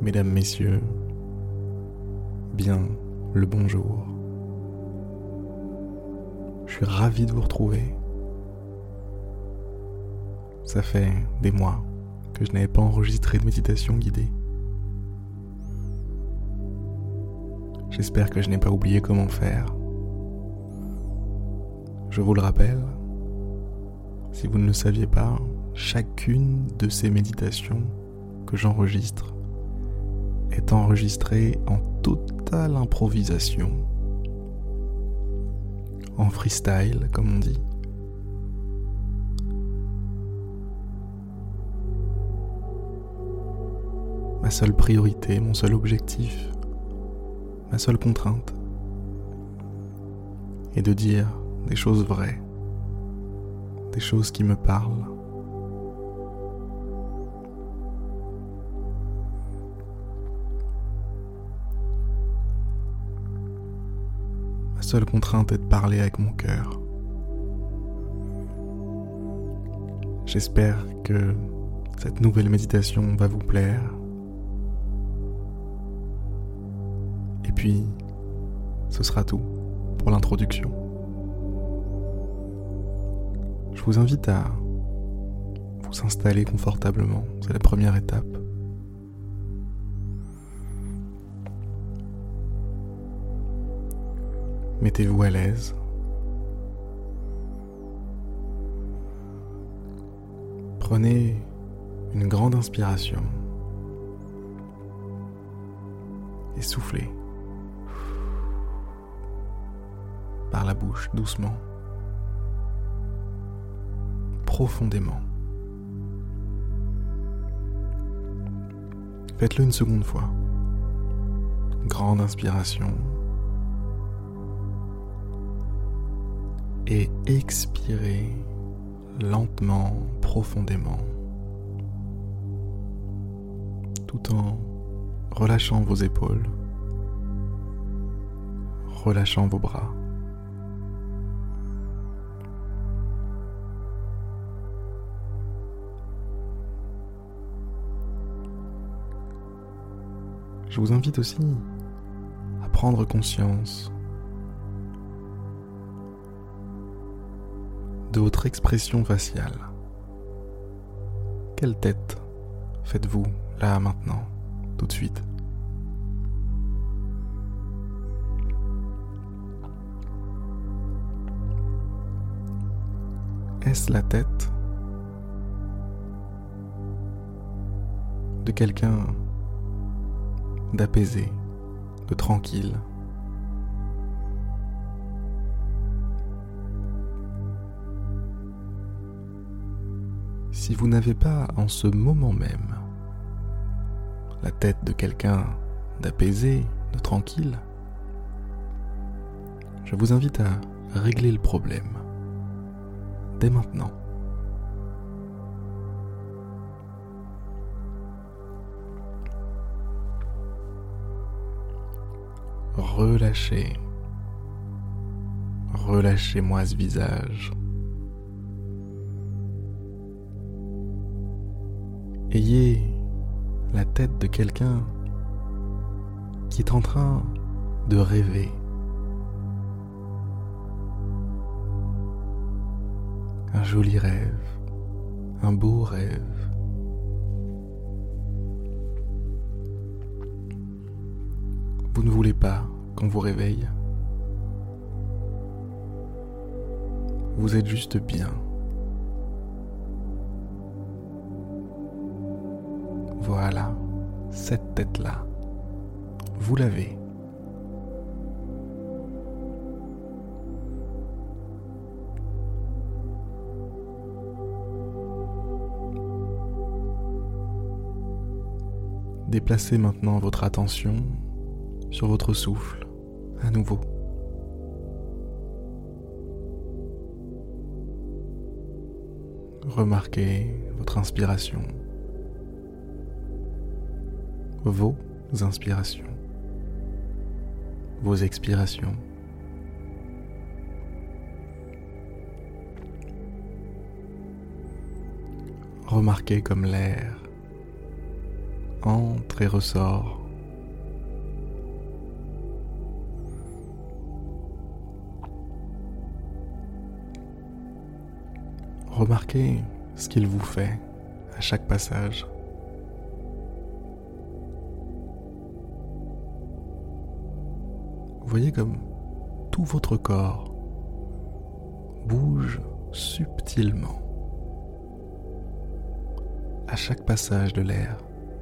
Mesdames, Messieurs, bien le bonjour. Je suis ravi de vous retrouver. Ça fait des mois que je n'avais pas enregistré de méditation guidée. J'espère que je n'ai pas oublié comment faire. Je vous le rappelle, si vous ne le saviez pas, chacune de ces méditations que j'enregistre est enregistrée en totale improvisation, en freestyle comme on dit. Ma seule priorité, mon seul objectif, ma seule contrainte est de dire des choses vraies, des choses qui me parlent. Ma seule contrainte est de parler avec mon cœur. J'espère que cette nouvelle méditation va vous plaire. Et puis, ce sera tout pour l'introduction. Je vous invite à vous installer confortablement, c'est la première étape. Mettez-vous à l'aise. Prenez une grande inspiration et soufflez par la bouche doucement, profondément. Faites-le une seconde fois. Grande inspiration et expirez lentement, profondément, tout en relâchant vos épaules, relâchant vos bras. Je vous invite aussi à prendre conscience de votre expression faciale. Quelle tête faites-vous là maintenant, tout de suite? Est-ce la tête de quelqu'un d'apaisé, de tranquille? Si vous n'avez pas en ce moment même la tête de quelqu'un d'apaisé, de tranquille, je vous invite à régler le problème dès maintenant. Relâchez-moi ce visage. Ayez la tête de quelqu'un qui est en train de rêver. Un joli rêve, un beau rêve. Vous ne voulez pas qu'on vous réveille. Vous êtes juste bien. Voilà, cette tête-là, vous l'avez. Déplacez maintenant votre attention sur votre souffle, à nouveau. Remarquez votre inspiration, vos inspirations, vos expirations. Remarquez comme l'air entre et ressort. Remarquez ce qu'il vous fait à chaque passage. Voyez comme tout votre corps bouge subtilement à chaque passage de l'air.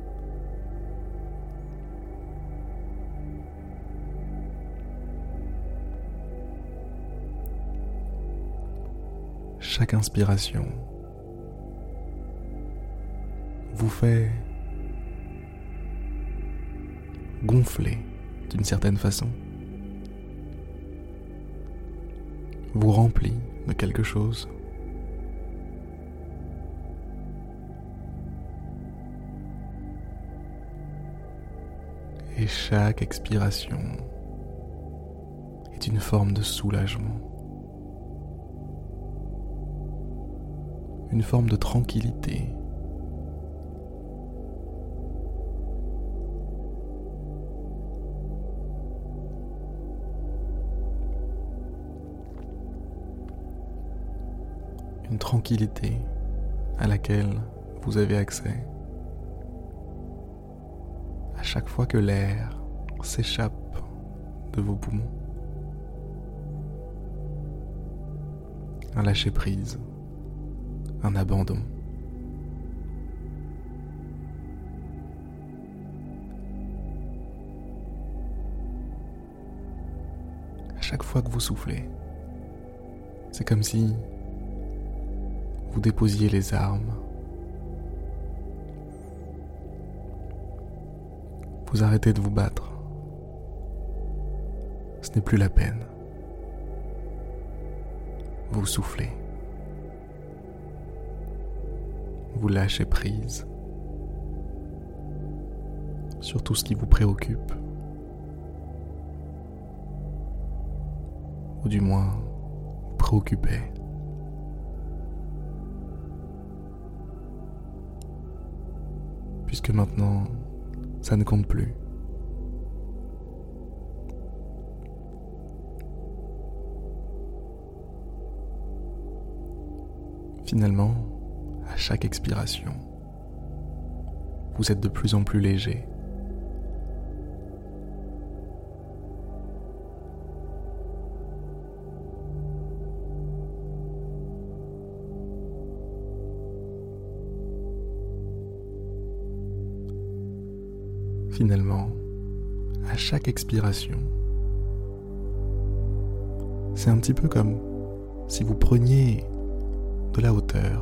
Chaque inspiration vous fait gonfler d'une certaine façon, vous remplit de quelque chose. Et chaque expiration est une forme de soulagement, une forme de tranquillité. Une tranquillité à laquelle vous avez accès à chaque fois que l'air s'échappe de vos poumons. Un lâcher-prise, un abandon. À chaque fois que vous soufflez, c'est comme si vous déposiez les armes. Vous arrêtez de vous battre. Ce n'est plus la peine. Vous soufflez. Vous lâchez prise sur tout ce qui vous préoccupe. Ou du moins, vous préoccupez. Puisque maintenant, ça ne compte plus. Finalement, à chaque expiration, vous êtes de plus en plus léger. Finalement, à chaque expiration, c'est un petit peu comme si vous preniez de la hauteur.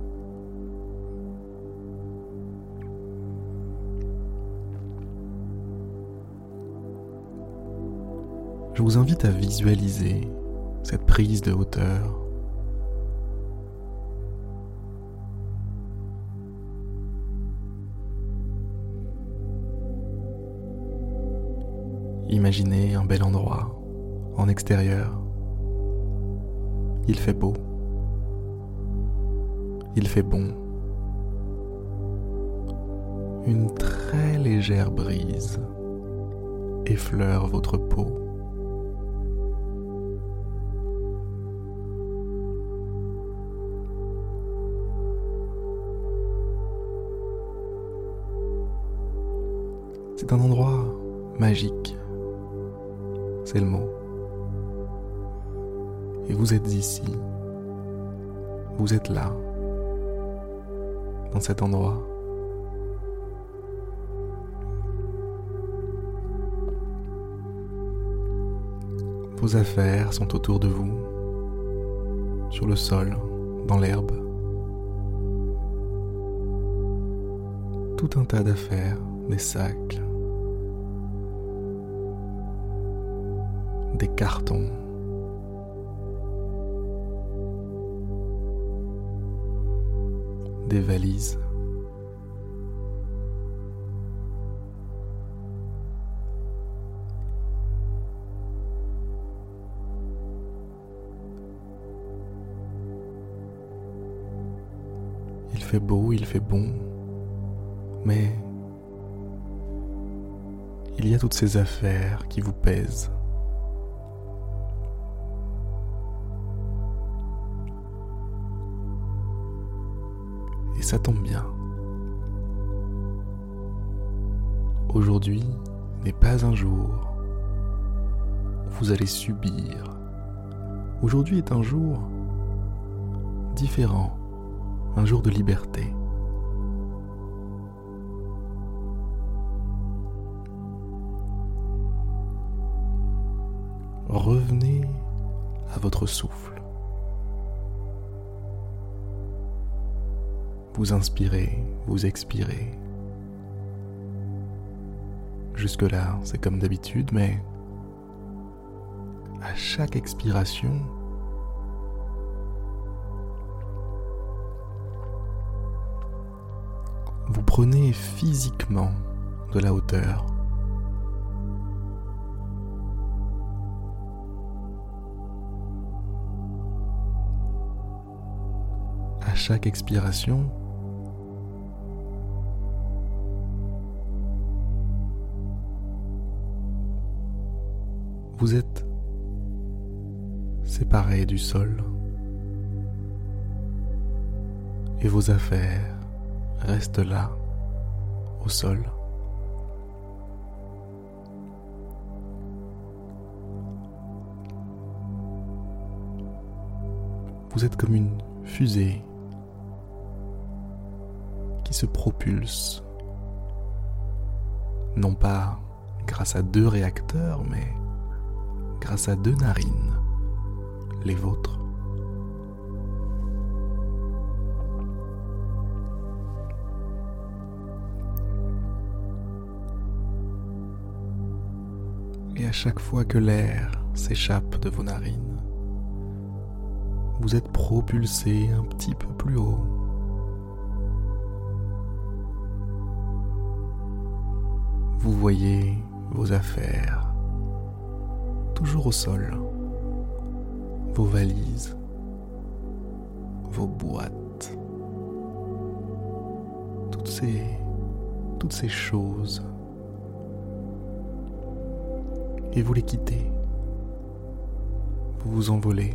Je vous invite à visualiser cette prise de hauteur. Imaginez un bel endroit, en extérieur. Il fait beau. Il fait bon. Une très légère brise effleure votre peau. C'est un endroit magique. C'est le mot. Et vous êtes ici. Vous êtes là. Dans cet endroit. Vos affaires sont autour de vous. Sur le sol, dans l'herbe. Tout un tas d'affaires, des sacs. Des cartons, des valises, il fait beau, il fait bon, mais il y a toutes ces affaires qui vous pèsent. Et ça tombe bien. Aujourd'hui n'est pas un jour où vous allez subir. Aujourd'hui est un jour différent, un jour de liberté. Revenez à votre souffle. Vous inspirez, vous expirez. Jusque-là, c'est comme d'habitude, mais à chaque expiration, vous prenez physiquement de la hauteur. À chaque expiration, vous êtes séparé du sol et vos affaires restent là, au sol. Vous êtes comme une fusée qui se propulse, non pas grâce à 2 réacteurs, mais grâce à 2 narines, les vôtres. Et à chaque fois que l'air s'échappe de vos narines, vous êtes propulsé un petit peu plus haut. Vous voyez vos affaires toujours au sol, vos valises, vos boîtes, toutes ces choses, et vous les quittez, vous vous envolez.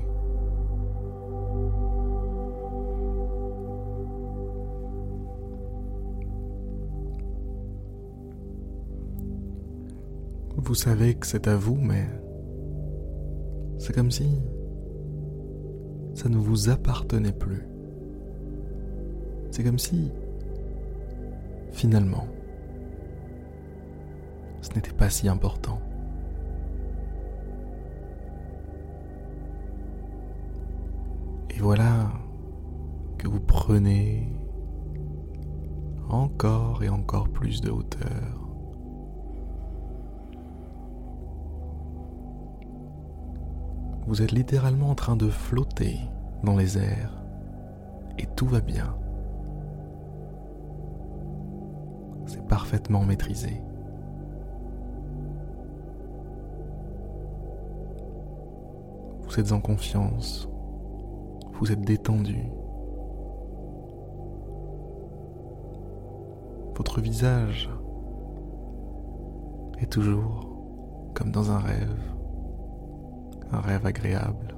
Vous savez que c'est à vous, mais c'est comme si ça ne vous appartenait plus. C'est comme si, finalement, ce n'était pas si important. Et voilà que vous prenez encore et encore plus de hauteur. Vous êtes littéralement en train de flotter dans les airs et tout va bien. C'est parfaitement maîtrisé. Vous êtes en confiance, vous êtes détendu. Votre visage est toujours comme dans un rêve agréable.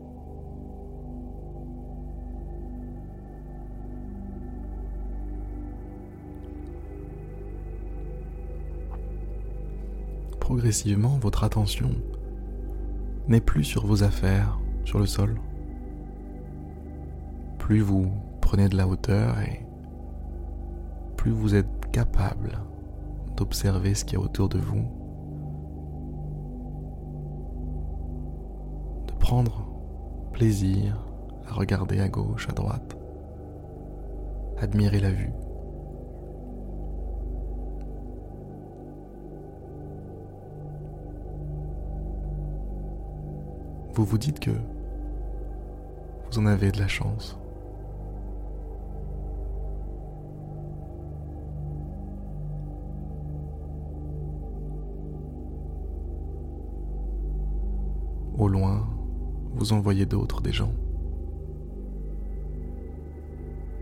Progressivement, votre attention n'est plus sur vos affaires, sur le sol. Plus vous prenez de la hauteur et plus vous êtes capable d'observer ce qu'il y a autour de vous, de prendre plaisir à regarder à gauche, à droite, admirer la vue. Vous vous dites que vous en avez de la chance. Au loin, vous en voyez d'autres, des gens.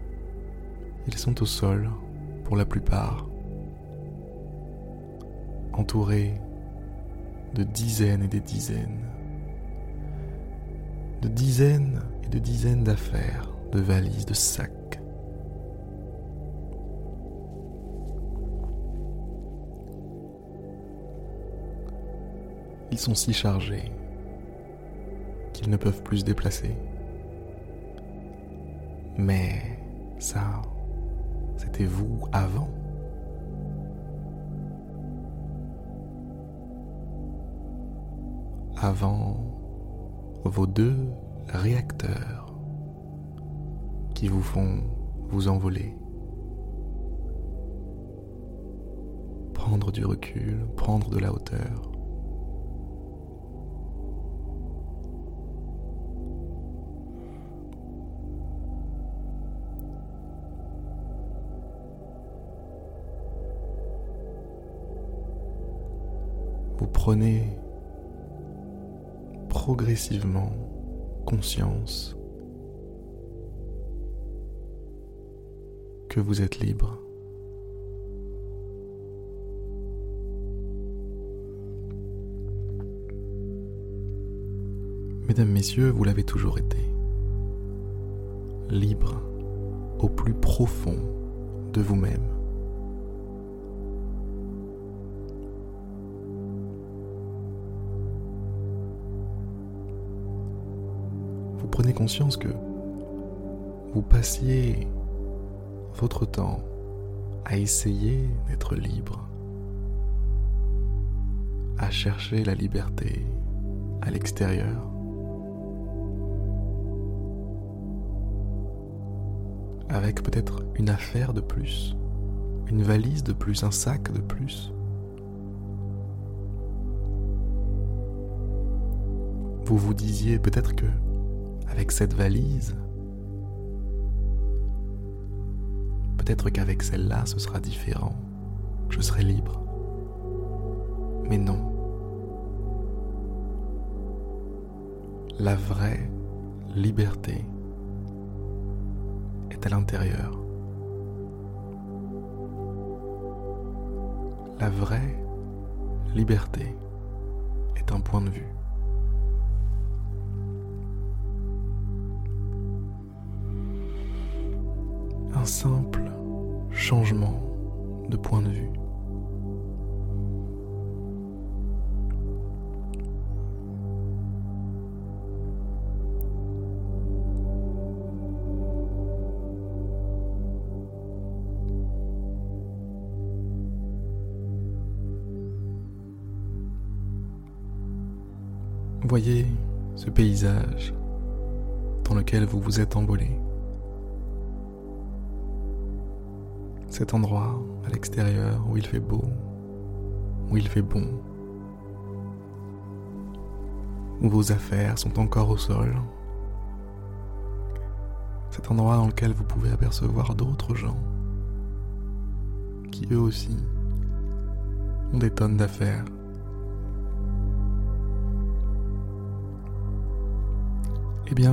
Ils sont au sol, pour la plupart, entouré de dizaines et des dizaines, de dizaines et de dizaines d'affaires, de valises, de sacs. Ils sont si chargés qu'ils ne peuvent plus se déplacer. Mais ça, c'était vous avant. Avant vos 2 réacteurs qui vous font vous envoler. Prendre du recul, prendre de la hauteur. Vous prenez progressivement conscience que vous êtes libre. Mesdames, Messieurs, vous l'avez toujours été. Libre au plus profond de vous-même. Vous prenez conscience que vous passiez votre temps à essayer d'être libre, à chercher la liberté à l'extérieur, avec peut-être une affaire de plus, une valise de plus, un sac de plus. Vous vous disiez peut-être que, avec cette valise, peut-être qu'avec celle-là, ce sera différent, je serai libre. Mais non. La vraie liberté est à l'intérieur. La vraie liberté est un point de vue. Un simple changement de point de vue. Voyez ce paysage dans lequel vous vous êtes envolé. Cet endroit à l'extérieur où il fait beau, où il fait bon, où vos affaires sont encore au sol. Cet endroit dans lequel vous pouvez apercevoir d'autres gens qui eux aussi ont des tonnes d'affaires. Eh bien,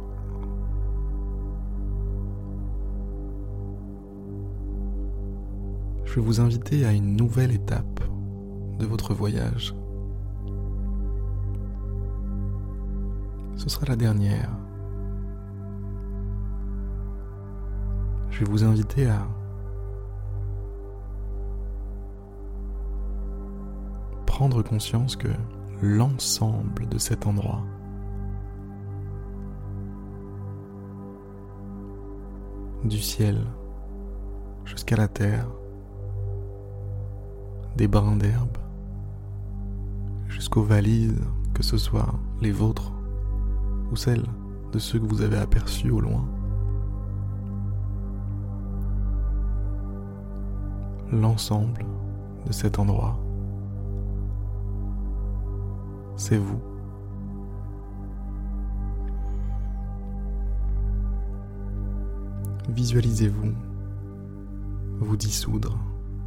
je vais vous inviter à une nouvelle étape de votre voyage. Ce sera la dernière. Je vais vous inviter à prendre conscience que l'ensemble de cet endroit du ciel jusqu'à la terre, des brins d'herbe, jusqu'aux valises, que ce soit les vôtres ou celles de ceux que vous avez aperçus au loin. L'ensemble de cet endroit, c'est vous. Visualisez-vous vous dissoudre.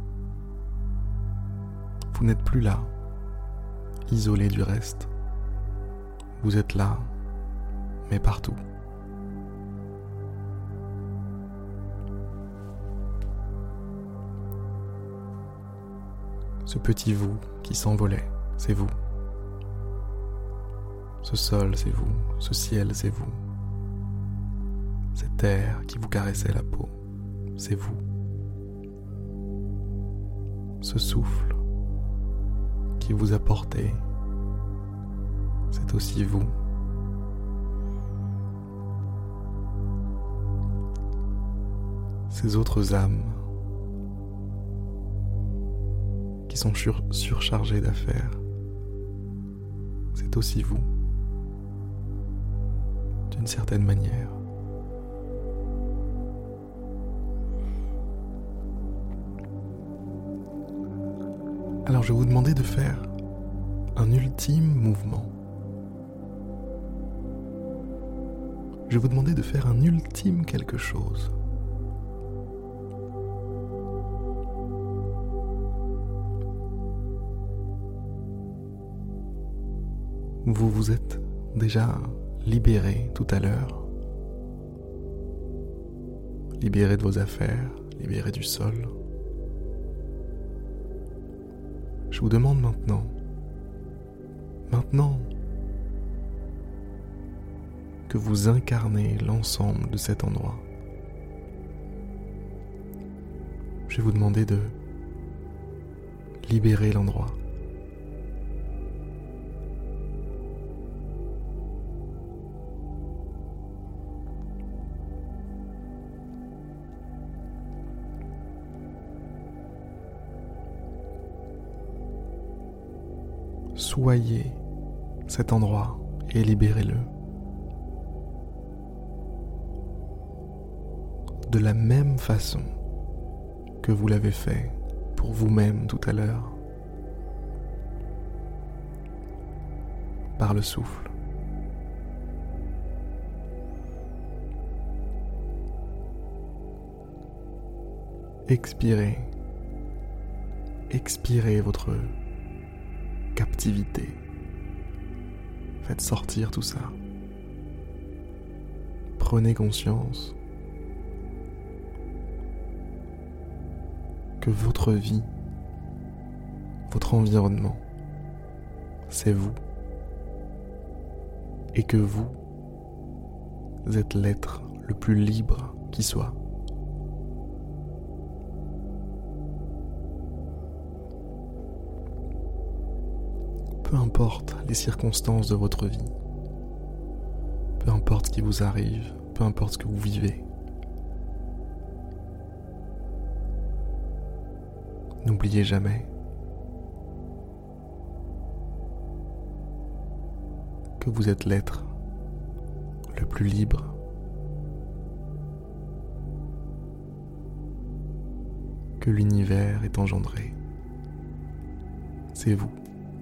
Vous n'êtes plus là, isolé du reste. Vous êtes là, mais partout. Ce petit vous qui s'envolait, c'est vous. Ce sol, c'est vous. Ce ciel, c'est vous. Cette air qui vous caressait la peau, c'est vous. Ce souffle qui vous a porté, c'est aussi vous. Ces autres âmes qui sont surchargées d'affaires, c'est aussi vous, d'une certaine manière. Alors je vais vous demander de faire un ultime mouvement. Je vais vous demander de faire un ultime quelque chose. Vous vous êtes déjà libéré tout à l'heure. Libéré de vos affaires, libéré du sol. Je vous demande maintenant que vous incarnez l'ensemble de cet endroit. Je vais vous demander de libérer l'endroit. Soyez cet endroit et libérez-le. De la même façon que vous l'avez fait pour vous-même tout à l'heure, par le souffle. Expirez votre captivité. Faites sortir tout ça. Prenez conscience que votre vie, votre environnement, c'est vous. Et que vous êtes l'être le plus libre qui soit. Peu importe les circonstances de votre vie, peu importe ce qui vous arrive, peu importe ce que vous vivez, n'oubliez jamais que vous êtes l'être le plus libre que l'univers ait engendré. C'est vous.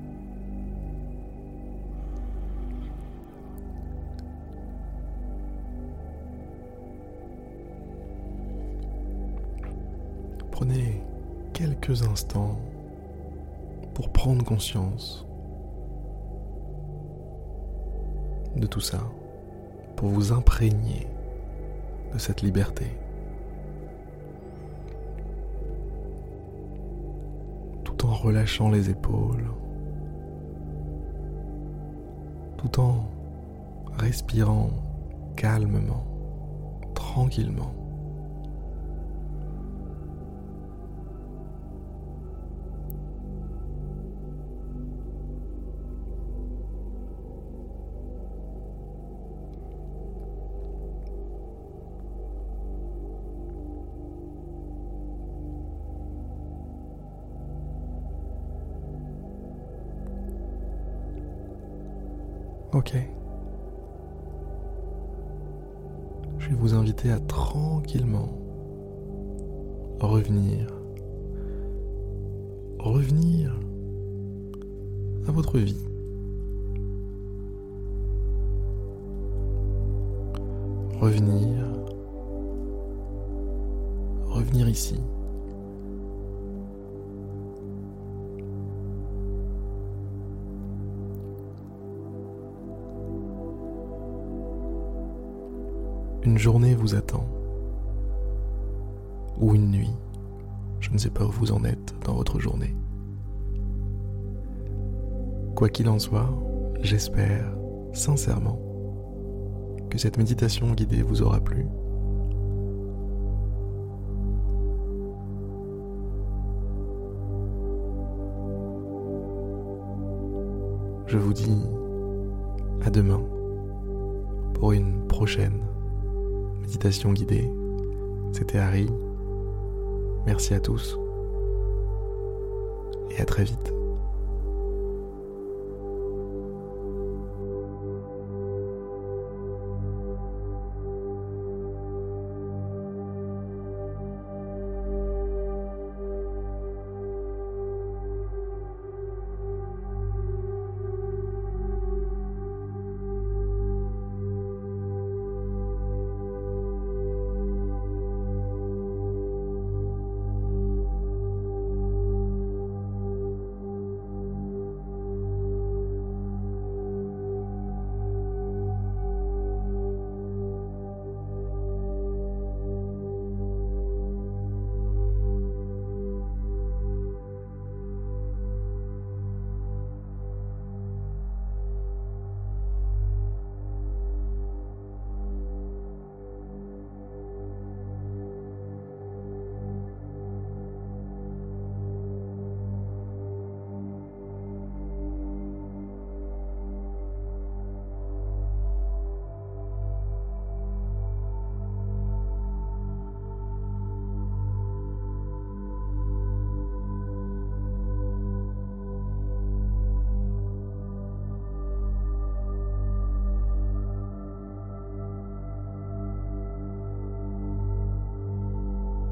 Prenez quelques instants pour prendre conscience de tout ça, pour vous imprégner de cette liberté. Tout en relâchant les épaules, tout en respirant calmement, tranquillement. Ok. Je vais vous inviter à tranquillement revenir à votre vie. Revenir ici. Une journée vous attend, ou une nuit, je ne sais pas où vous en êtes dans votre journée. Quoi qu'il en soit, j'espère sincèrement que cette méditation guidée vous aura plu. Je vous dis à demain pour une prochaine méditation guidée. C'était Harry. Merci à tous et à très vite.